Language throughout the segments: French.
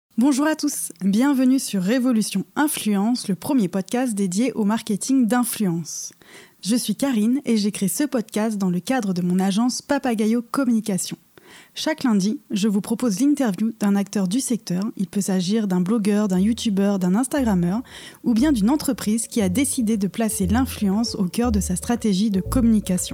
Bonjour à tous, bienvenue sur Révolution Influence, le premier podcast dédié au marketing d'influence. Je suis Karine et j'ai créé ce podcast dans le cadre de mon agence Papagayo Communication. Chaque lundi, je vous propose l'interview d'un acteur du secteur. Il peut s'agir d'un blogueur, d'un youtubeur, d'un instagrammeur ou bien d'une entreprise qui a décidé de placer l'influence au cœur de sa stratégie de communication.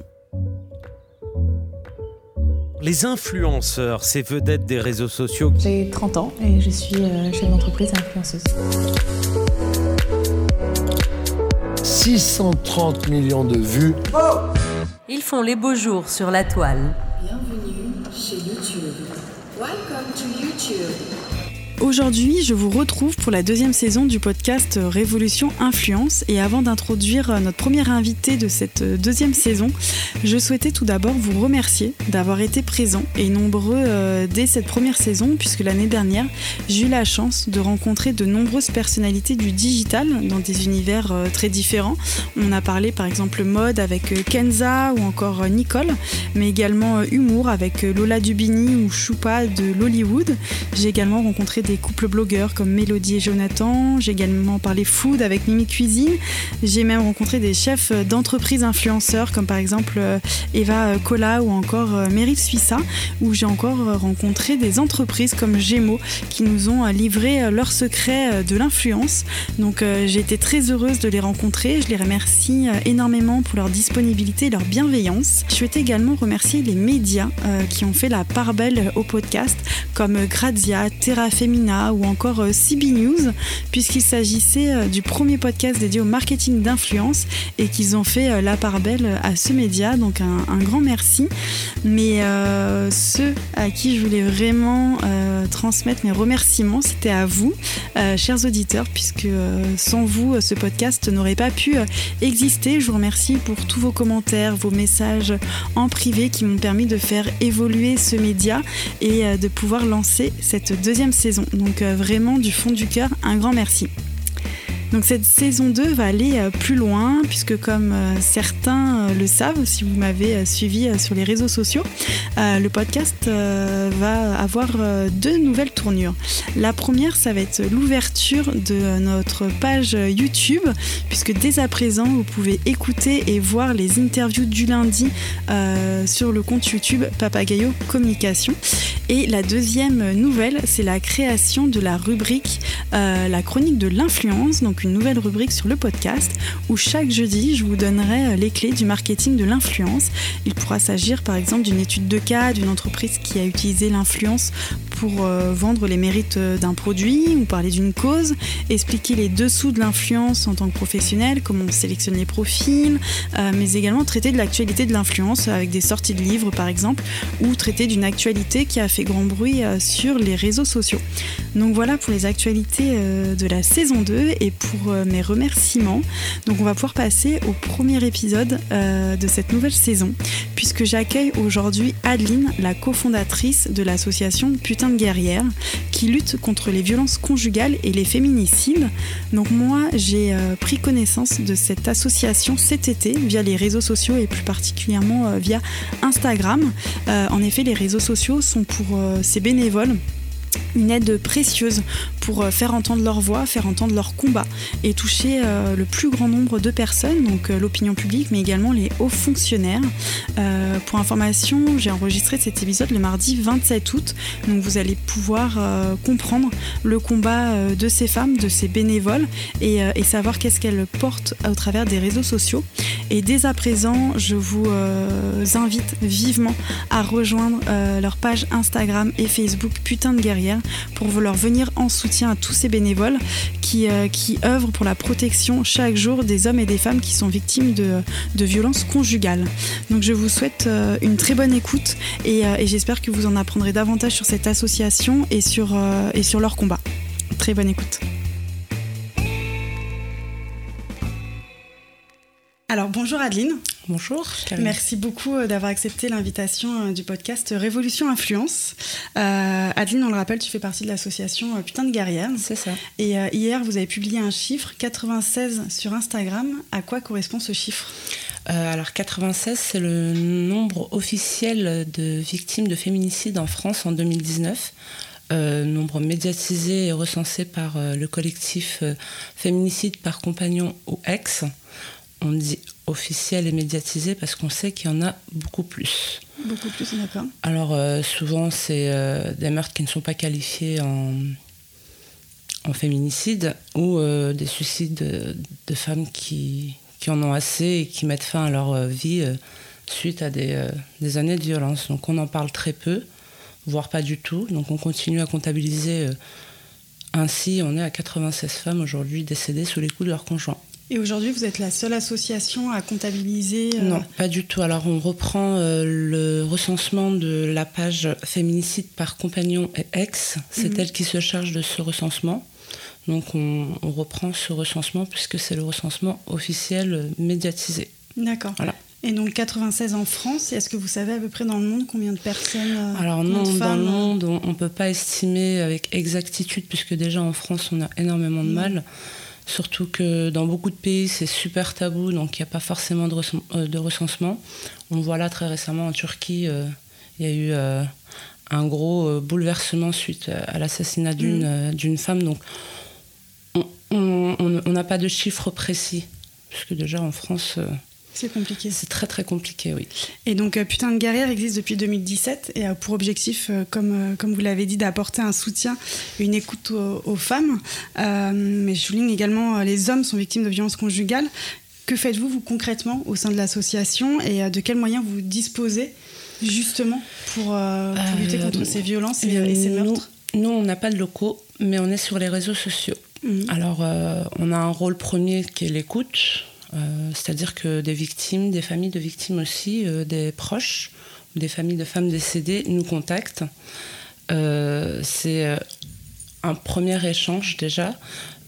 Les influenceurs, ces vedettes des réseaux sociaux. J'ai 30 ans et je suis chef d'entreprise et influenceuse. 630 millions de vues. Ils font les beaux jours sur la toile. Bienvenue chez YouTube. Welcome to YouTube. Aujourd'hui, je vous retrouve pour la deuxième saison du podcast Révolution Influence. Et avant d'introduire notre premier invité de cette deuxième saison, je souhaitais tout d'abord vous remercier d'avoir été présents et nombreux dès cette première saison, puisque l'année dernière, j'ai eu la chance de rencontrer de nombreuses personnalités du digital dans des univers très différents. On a parlé par exemple mode avec Kenza ou encore Nicole, mais également humour avec Lola Dubini ou Choupa de Lollywood. J'ai également rencontré des couples blogueurs comme Mélodie et Jonathan. J'ai également parlé food avec Mimi Cuisine. J'ai même rencontré des chefs d'entreprises influenceurs comme par exemple Eva Cola ou encore Meryl Suissa, où j'ai encore rencontré des entreprises comme Gémeaux qui nous ont livré leurs secrets de l'influence. Donc j'ai été très heureuse de les rencontrer. Je les remercie énormément pour leur disponibilité et leur bienveillance. Je souhaitais également remercier les médias qui ont fait la part belle au podcast comme Grazia, Terra Femina ou encore CB News, puisqu'il s'agissait du premier podcast dédié au marketing d'influence et qu'ils ont fait la part belle à ce média, donc un grand merci. Mais ceux à qui je voulais vraiment transmettre mes remerciements, c'était à vous, chers auditeurs, puisque sans vous, ce podcast n'aurait pas pu exister. Je vous remercie pour tous vos commentaires, vos messages en privé qui m'ont permis de faire évoluer ce média et de pouvoir lancer cette deuxième saison. Donc vraiment du fond du cœur, un grand merci. Donc cette saison 2 va aller plus loin puisque comme certains le savent, si vous m'avez suivi sur les réseaux sociaux, le podcast va avoir deux nouvelles tournures. La première, ça va être l'ouverture de notre page YouTube, puisque dès à présent, vous pouvez écouter et voir les interviews du lundi sur le compte YouTube Papagayo Communication. Et la deuxième nouvelle, c'est la création de la rubrique La chronique de l'influence, donc une nouvelle rubrique sur le podcast où chaque jeudi, je vous donnerai les clés du marketing de l'influence. Il pourra s'agir par exemple d'une étude de cas, d'une entreprise qui a utilisé l'influence pour vendre les mérites d'un produit ou parler d'une cause, expliquer les dessous de l'influence en tant que professionnel, comment on sélectionne les profils, mais également traiter de l'actualité de l'influence avec des sorties de livres par exemple, ou traiter d'une actualité qui a fait grand bruit sur les réseaux sociaux. Donc voilà pour les actualités de la saison 2 et pour mes remerciements. Donc on va pouvoir passer au premier épisode de cette nouvelle saison, puisque j'accueille aujourd'hui Adeline, la cofondatrice de l'association Putain de Guerrière, qui lutte contre les violences conjugales et les féminicides. Donc moi, j'ai pris connaissance de cette association cet été via les réseaux sociaux et plus particulièrement via Instagram. En effet, les réseaux sociaux sont pour ces bénévoles une aide précieuse pour faire entendre leur voix, faire entendre leur combat et toucher le plus grand nombre de personnes, donc l'opinion publique, mais également les hauts fonctionnaires. Pour information, j'ai enregistré cet épisode le mardi 27 août, donc vous allez pouvoir comprendre le combat de ces femmes, de ces bénévoles et savoir qu'est-ce qu'elles portent au travers des réseaux sociaux. Et dès à présent, je vous invite vivement à rejoindre leur page Instagram et Facebook Putain de Guerrière pour leur venir en soutien à tous ces bénévoles qui œuvrent pour la protection chaque jour des hommes et des femmes qui sont victimes de violences conjugales. Donc je vous souhaite une très bonne écoute et j'espère que vous en apprendrez davantage sur cette association et sur leur combat. Très bonne écoute. Alors bonjour Adeline. Bonjour. Merci beaucoup d'avoir accepté l'invitation du podcast Révolution Influence. Adeline, on le rappelle, tu fais partie de l'association Putain de Guerrière. C'est ça. Et hier, vous avez publié un chiffre, 96 sur Instagram. À quoi correspond ce chiffre ? Alors 96, c'est le nombre officiel de victimes de féminicide en France en 2019. nombre médiatisé et recensé par le collectif Féminicide par compagnon ou ex. On dit officiel et médiatisé parce qu'on sait qu'il y en a beaucoup plus. Beaucoup plus, d'accord. Alors souvent c'est des meurtres qui ne sont pas qualifiés en féminicide ou des suicides de femmes qui en ont assez et qui mettent fin à leur vie suite à des années de violence. Donc on en parle très peu, voire pas du tout. Donc on continue à comptabiliser. Ainsi, on est à 96 femmes aujourd'hui décédées sous les coups de leur conjoint. Et aujourd'hui, vous êtes la seule association à comptabiliser Non, pas du tout. Alors on reprend le recensement de la page Féminicide par compagnon et ex. C'est elle qui se charge de ce recensement. Donc on reprend ce recensement puisque c'est le recensement officiel médiatisé. D'accord. Voilà. Et donc 96 en France, est-ce que vous savez à peu près dans le monde combien de personnes Alors non, dans le monde, on ne peut pas estimer avec exactitude puisque déjà en France on a énormément de mal. Surtout que dans beaucoup de pays c'est super tabou, donc il n'y a pas forcément de recensement. On voit là très récemment en Turquie, il y a eu un gros bouleversement suite à l'assassinat d'une femme. Donc on n'a pas de chiffres précis, puisque déjà en France... c'est compliqué. C'est très très compliqué, oui. Et donc Putain de guerrière existe depuis 2017 et a pour objectif, comme vous l'avez dit, d'apporter un soutien et une écoute aux femmes. Mais je souligne également les hommes sont victimes de violences conjugales. Que faites-vous, vous, concrètement, au sein de l'association et de quels moyens vous disposez justement pour lutter contre ces violences et ces meurtres ? Nous, on n'a pas de locaux, mais on est sur les réseaux sociaux. Alors, on a un rôle premier qui est l'écoute. C'est-à-dire que des victimes, des familles de victimes aussi, des proches, des familles de femmes décédées nous contactent. C'est un premier échange déjà.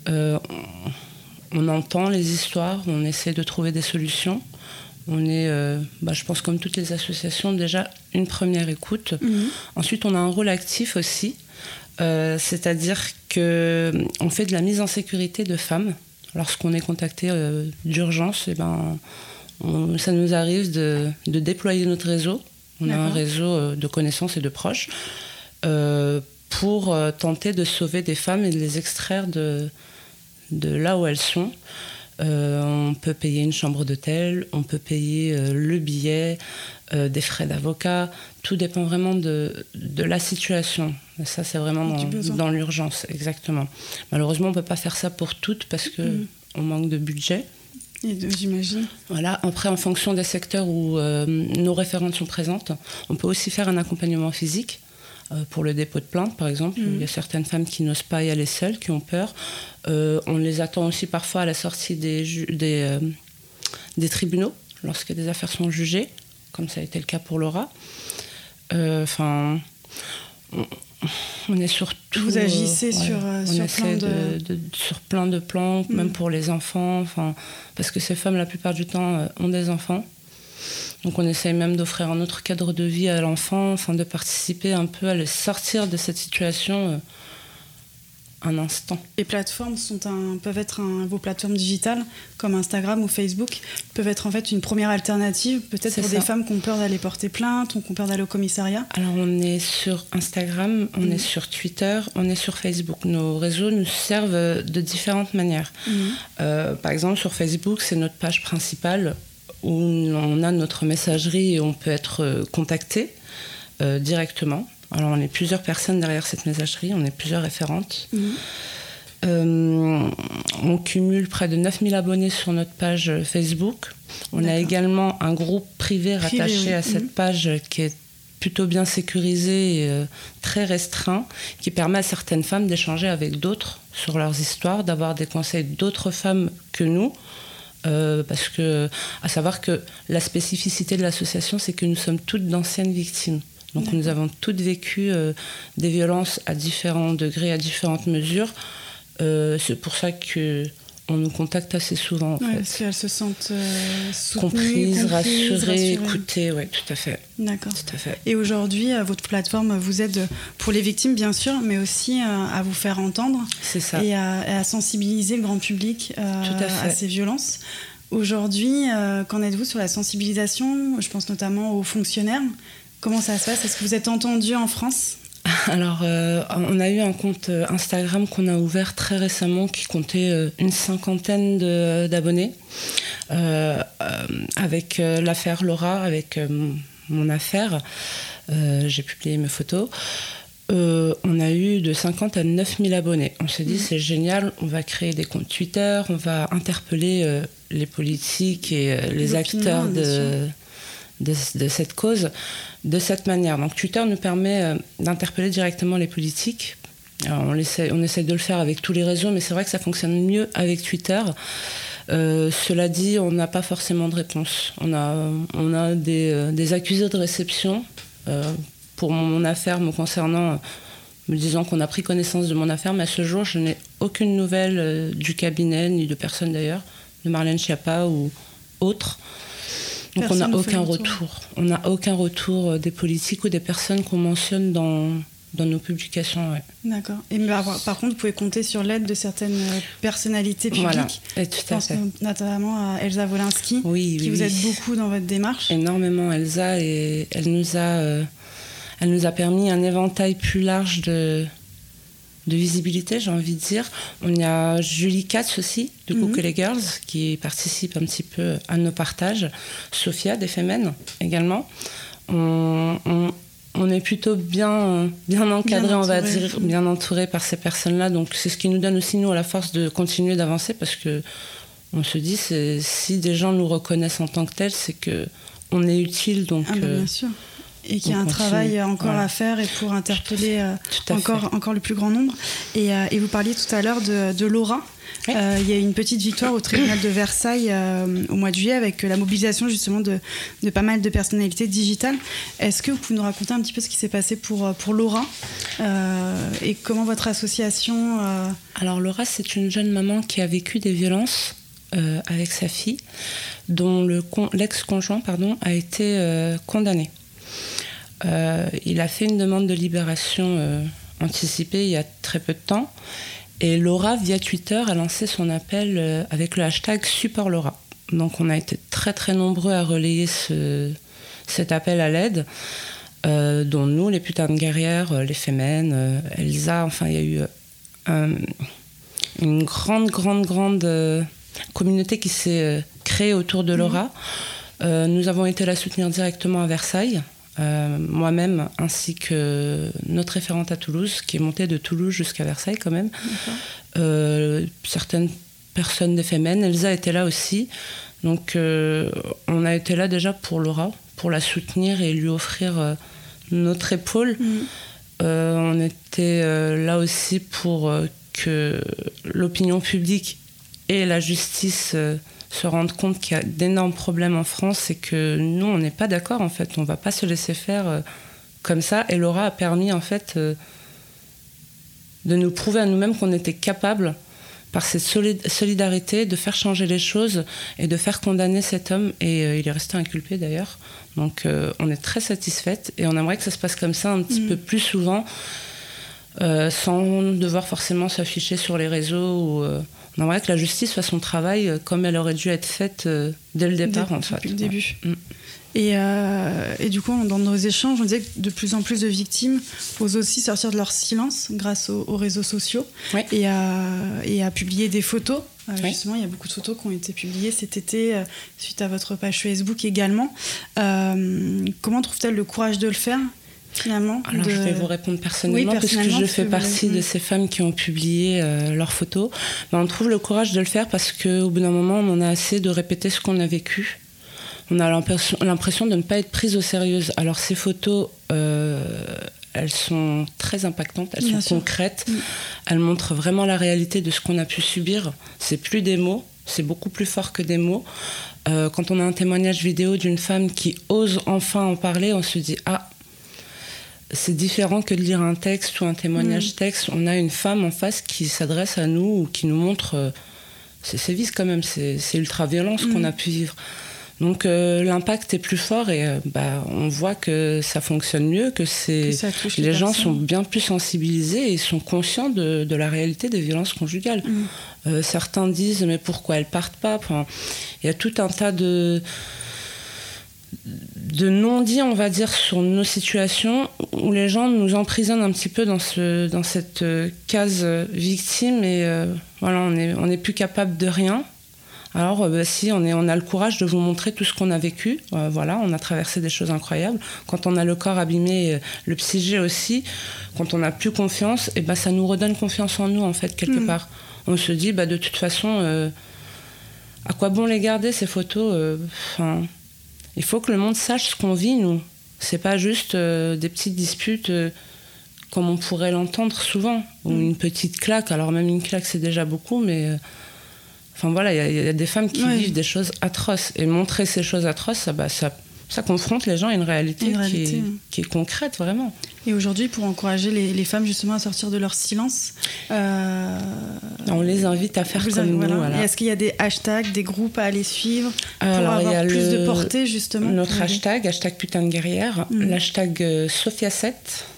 On entend les histoires, on essaie de trouver des solutions. On est, je pense comme toutes les associations, déjà une première écoute. Ensuite, on a un rôle actif aussi. C'est-à-dire qu'on fait de la mise en sécurité de femmes. Lorsqu'on est contacté d'urgence, ça nous arrive de déployer notre réseau. On a un réseau de connaissances et de proches pour tenter de sauver des femmes et de les extraire de là où elles sont. On peut payer une chambre d'hôtel, on peut payer le billet, des frais d'avocat. Tout dépend vraiment de la situation. Ça, c'est vraiment dans l'urgence, exactement. Malheureusement, on ne peut pas faire ça pour toutes parce qu'on manque de budget. J'imagine. Voilà. Après, en fonction des secteurs où nos référentes sont présentes, on peut aussi faire un accompagnement physique. Pour le dépôt de plainte, par exemple, il y a certaines femmes qui n'osent pas y aller seules, qui ont peur. On les attend aussi parfois à la sortie des tribunaux, lorsque des affaires sont jugées, comme ça a été le cas pour Laura. On est sur tout. Vous agissez sur plein de plans, même pour les enfants, parce que ces femmes, la plupart du temps, ont des enfants. Donc on essaye même d'offrir un autre cadre de vie à l'enfant, de participer un peu à le sortir de cette situation un instant. Les plateformes peuvent être vos plateformes digitales, comme Instagram ou Facebook, peuvent être en fait une première alternative, peut-être pour des femmes qui ont peur d'aller porter plainte ou qui ont peur d'aller au commissariat. Alors on est sur Instagram, on est sur Twitter, on est sur Facebook. Nos réseaux nous servent de différentes manières. Par exemple, sur Facebook, c'est notre page principale, où on a notre messagerie et on peut être contacté directement. Alors on est plusieurs personnes derrière cette messagerie, on est plusieurs référentes. On cumule près de 9000 abonnés sur notre page Facebook. On a également un groupe privé rattaché à cette page qui est plutôt bien sécurisé et très restreint, qui permet à certaines femmes d'échanger avec d'autres sur leurs histoires, d'avoir des conseils d'autres femmes que nous. Parce que, à savoir que la spécificité de l'association, c'est que nous sommes toutes d'anciennes victimes. Donc nous avons toutes vécu des violences à différents degrés, à différentes mesures. C'est pour ça qu'on nous contacte assez souvent. En fait. Parce qu'elles se sentent comprises, rassurées, écoutées. Oui, tout à fait. D'accord. Tout à fait. Et aujourd'hui, votre plateforme vous aide pour les victimes, bien sûr, mais aussi à vous faire entendre. C'est ça. Et à sensibiliser le grand public à ces violences. Aujourd'hui, qu'en êtes-vous sur la sensibilisation ? Je pense notamment aux fonctionnaires. Comment ça se passe ? Est-ce que vous êtes entendu en France ? Alors, on a eu un compte Instagram qu'on a ouvert très récemment qui comptait une 50aine d'abonnés avec l'affaire Laura, avec mon affaire. J'ai publié mes photos. On a eu de 50 à 9000 abonnés. On s'est dit, c'est génial, on va créer des comptes Twitter, on va interpeller les politiques et les acteurs de cette cause de cette manière. Donc Twitter nous permet d'interpeller directement les politiques. Alors, on essaie de le faire avec tous les réseaux, mais c'est vrai que ça fonctionne mieux avec Twitter. Cela dit, on n'a pas forcément de réponse. On a des accusés de réception pour mon affaire me concernant, me disant qu'on a pris connaissance de mon affaire, mais à ce jour, je n'ai aucune nouvelle du cabinet, ni de personne d'ailleurs, de Marlène Schiappa ou autre. Donc on n'a aucun retour. On n'a aucun retour des politiques ou des personnes qu'on mentionne dans nos publications. Ouais. D'accord. Et par contre, vous pouvez compter sur l'aide de certaines personnalités publiques. Voilà, et tout à fait. Je pense notamment à Elsa Wolinski, qui vous aide beaucoup dans votre démarche. Énormément, Elsa, et elle nous a permis un éventail plus large de visibilité, j'ai envie de dire. On y a Julie Katz aussi, de Coucou les Girls, qui participe un petit peu à nos partages. Sophia, des Femmes également. On est plutôt bien encadré, on va dire, bien entouré par ces personnes-là. Donc c'est ce qui nous donne aussi, nous, la force de continuer d'avancer, parce que on se dit, si des gens nous reconnaissent en tant que tels, c'est qu'on est utile. Donc, bien sûr. Et qu'il y a un travail encore à faire et pour interpeller encore le plus grand nombre. Et vous parliez tout à l'heure de Laura. Oui. Il y a eu une petite victoire au tribunal de Versailles au mois de juillet avec la mobilisation justement de pas mal de personnalités digitales. Est-ce que vous pouvez nous raconter un petit peu ce qui s'est passé pour Laura et comment votre association... Alors Laura, c'est une jeune maman qui a vécu des violences avec sa fille, dont l'ex-conjoint a été condamné. Il a fait une demande de libération anticipée il y a très peu de temps. Et Laura, via Twitter, a lancé son appel avec le hashtag Support Laura. Donc on a été très très nombreux à relayer cet appel à l'aide, dont nous, les putains de guerrières, les Femmes, Elsa, enfin il y a eu une grande communauté qui s'est créée autour de Laura. Nous avons été la soutenir directement à Versailles. Moi-même ainsi que notre référente à Toulouse qui est montée de Toulouse jusqu'à Versailles quand même. Certaines personnes des Femmes, Elsa était là aussi, donc on a été là déjà pour Laura, pour la soutenir et lui offrir notre épaule. On était là aussi pour que l'opinion publique et la justice se rendre compte qu'il y a d'énormes problèmes en France et que nous, on n'est pas d'accord, en fait. On ne va pas se laisser faire comme ça. Et Laura a permis, en fait, de nous prouver à nous-mêmes qu'on était capables, par cette solidarité, de faire changer les choses et de faire condamner cet homme. Et il est resté inculpé, d'ailleurs. Donc, on est très satisfaite et on aimerait que ça se passe comme ça un petit peu plus souvent, sans devoir forcément s'afficher sur les réseaux ou... On aimerait que la justice fasse son travail comme elle aurait dû être faite dès le départ, en fait. Depuis le début. Et du coup, dans nos échanges, on disait que de plus en plus de victimes osent aussi sortir de leur silence grâce aux réseaux sociaux et à publier des photos. Justement, il y a beaucoup de photos qui ont été publiées cet été suite à votre page Facebook également. Comment trouve-t-elle le courage de le faire ? Finalement, alors je vais vous répondre personnellement, parce que je fais partie de ces femmes qui ont publié leurs photos. On trouve le courage de le faire parce qu'au bout d'un moment, on en a assez de répéter ce qu'on a vécu. On a l'impression de ne pas être prise au sérieux. Alors ces photos, elles sont très impactantes, elles sont concrètes. Elles montrent vraiment la réalité de ce qu'on a pu subir. C'est plus des mots, c'est beaucoup plus fort que des mots. Quand on a un témoignage vidéo d'une femme qui ose enfin en parler, on se dit « Ah !» C'est différent que de lire un texte ou un témoignage texte. On a une femme en face qui s'adresse à nous ou qui nous montre ses sévices quand même, c'est ultra violent ce qu'on a pu vivre. Donc l'impact est plus fort et on voit que ça fonctionne mieux, que les gens sont bien plus sensibilisés et sont conscients de la réalité des violences conjugales. Certains disent mais pourquoi elles partent pas ? Il y a tout un tas non-dit, on va dire, sur nos situations, où les gens nous emprisonnent un petit peu dans cette case victime, et voilà, on n'est plus capable de rien. Alors, si, on a le courage de vous montrer tout ce qu'on a vécu. Voilà, on a traversé des choses incroyables. Quand on a le corps abîmé, le psyché aussi, quand on n'a plus confiance, et ça nous redonne confiance en nous, en fait, quelque part. On se dit, de toute façon, à quoi bon les garder, ces photos il faut que le monde sache ce qu'on vit, nous. C'est pas juste des petites disputes comme on pourrait l'entendre souvent, ou une petite claque. Alors même une claque, c'est déjà beaucoup, mais... voilà, il y a des femmes qui vivent des choses atroces. Et montrer ces choses atroces, ça confronte les gens à une réalité qui est concrète, vraiment. Et aujourd'hui, pour encourager les femmes justement à sortir de leur silence... On les invite à faire comme nous. Voilà. Et est-ce qu'il y a des hashtags, des groupes à aller suivre pour avoir plus de portée, justement? Notre hashtag putain de guerrière, l'hashtag Sophia7,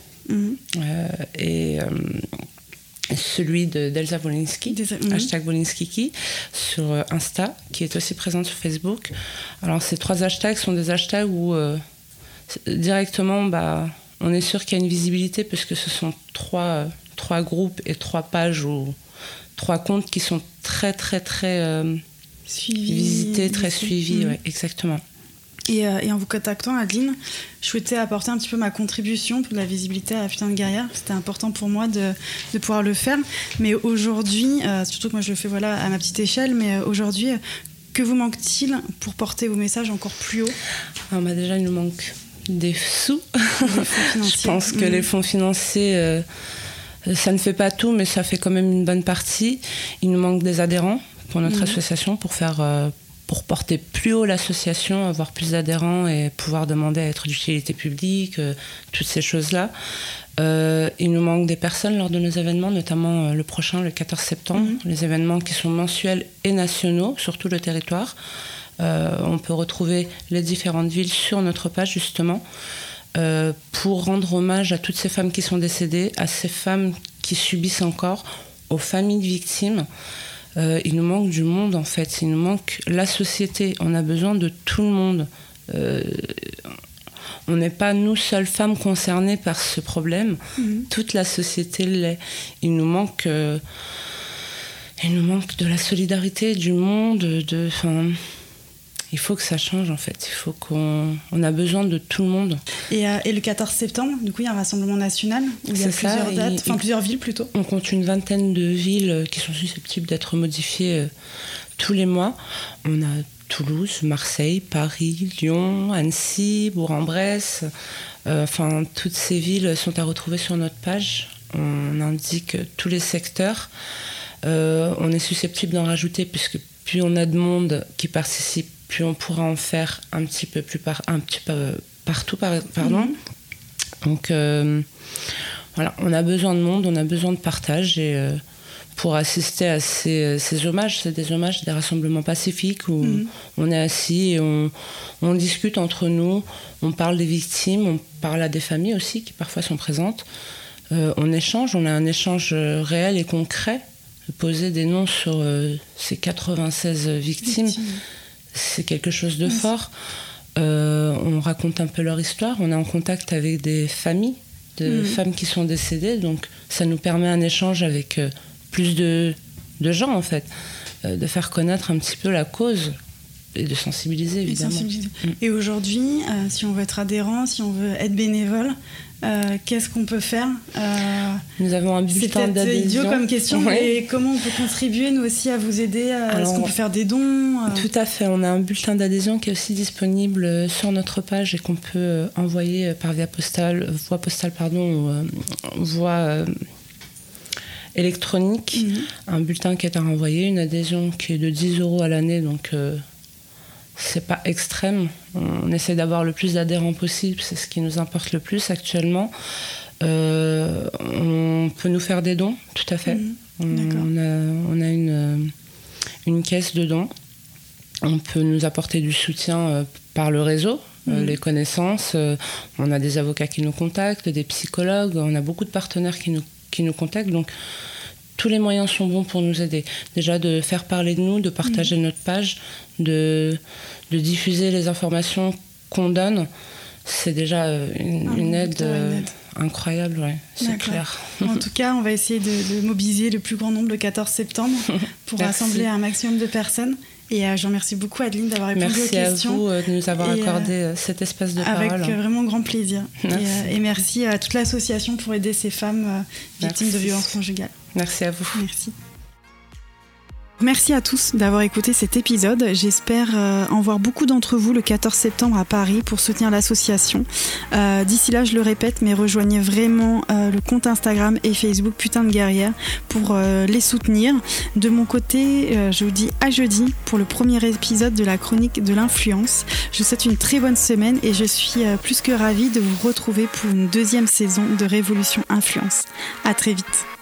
et... celui d'Elsa Wolinski, hashtag Wolinskiki, sur Insta, qui est aussi présente sur Facebook. Alors ces 3 hashtags sont des hashtags où directement on est sûr qu'il y a une visibilité, puisque ce sont 3 groupes et 3 pages ou 3 comptes qui sont très très très visités, très suivis. Ouais, exactement. Et en vous contactant, Adeline, je souhaitais apporter un petit peu ma contribution pour de la visibilité à Putain de guerrière. C'était important pour moi de pouvoir le faire. Mais aujourd'hui, surtout que moi je le fais à ma petite échelle, mais aujourd'hui, que vous manque-t-il pour porter vos messages encore plus haut? Alors, déjà, il nous manque des sous. Je pense que les fonds financiers, ça ne fait pas tout, mais ça fait quand même une bonne partie. Il nous manque des adhérents pour notre association, pour porter plus haut l'association, avoir plus d'adhérents et pouvoir demander à être d'utilité publique, toutes ces choses-là. Il nous manque des personnes lors de nos événements, notamment le prochain, le 14 septembre, les événements qui sont mensuels et nationaux sur tout le territoire. On peut retrouver les différentes villes sur notre page, justement, pour rendre hommage à toutes ces femmes qui sont décédées, à ces femmes qui subissent encore, aux familles de victimes. Il nous manque du monde, en fait. Il nous manque la société. On a besoin de tout le monde. On n'est pas nous seules femmes concernées par ce problème. Toute la société l'est. Il nous manque de la solidarité, du monde. Il faut que ça change, en fait. Il faut qu'on a besoin de tout le monde. Et le 14 septembre, du coup, il y a un rassemblement national où il y a plusieurs dates, plusieurs villes plutôt. On compte une vingtaine de villes qui sont susceptibles d'être modifiées tous les mois. On a Toulouse, Marseille, Paris, Lyon, Annecy, Bourg-en-Bresse. Toutes ces villes sont à retrouver sur notre page. On indique tous les secteurs. On est susceptible d'en rajouter, puisque plus on a de monde qui participe, plus on pourra en faire un petit peu partout. Donc voilà, on a besoin de monde, on a besoin de partage, et pour assister à ces hommages, c'est des hommages, des rassemblements pacifiques où on est assis et on discute entre nous, on parle des victimes, on parle à des familles aussi qui parfois sont présentes, on échange, on a un échange réel et concret. Poser des noms sur ces 96 victimes, c'est quelque chose de fort. On raconte un peu leur histoire, on est en contact avec des familles de femmes qui sont décédées, donc ça nous permet un échange avec plus de gens, en fait, de faire connaître un petit peu la cause et de sensibiliser, évidemment. Et aujourd'hui, si on veut être adhérent, si on veut être bénévole, qu'est-ce qu'on peut faire? Nous avons un bulletin d'adhésion. C'est idiot comme question, mais comment on peut contribuer, nous aussi, à vous aider? Est-ce qu'on peut faire des dons? Tout à fait. On a un bulletin d'adhésion qui est aussi disponible sur notre page et qu'on peut envoyer par voie postale, ou voie électronique. Un bulletin qui est à renvoyer, une adhésion qui est de 10 € à l'année, donc c'est pas extrême. On essaie d'avoir le plus d'adhérents possible, c'est ce qui nous importe le plus actuellement. On peut nous faire des dons, tout à fait. On a une caisse de dons. On peut nous apporter du soutien par le réseau, les connaissances. On a des avocats qui nous contactent, des psychologues. On a beaucoup de partenaires qui nous contactent. Donc, tous les moyens sont bons pour nous aider. Déjà, de faire parler de nous, de partager notre page, de diffuser les informations qu'on donne, c'est déjà une aide incroyable, ouais, c'est clair. En tout cas, on va essayer de mobiliser le plus grand nombre le 14 septembre pour rassembler un maximum de personnes. Et je remercie beaucoup Adeline d'avoir répondu aux questions. Merci à vous de nous avoir accordé cet espace de parole. Avec vraiment grand plaisir. Et merci à toute l'association pour aider ces femmes victimes de violences conjugales. Merci à vous. Merci. Merci à tous d'avoir écouté cet épisode. J'espère en voir beaucoup d'entre vous le 14 septembre à Paris pour soutenir l'association. D'ici là, je le répète, mais rejoignez vraiment le compte Instagram et Facebook Putain de Guerrière pour les soutenir. De mon côté, je vous dis à jeudi pour le premier épisode de la chronique de l'influence. Je vous souhaite une très bonne semaine et je suis plus que ravie de vous retrouver pour une deuxième saison de Révolution Influence. À très vite.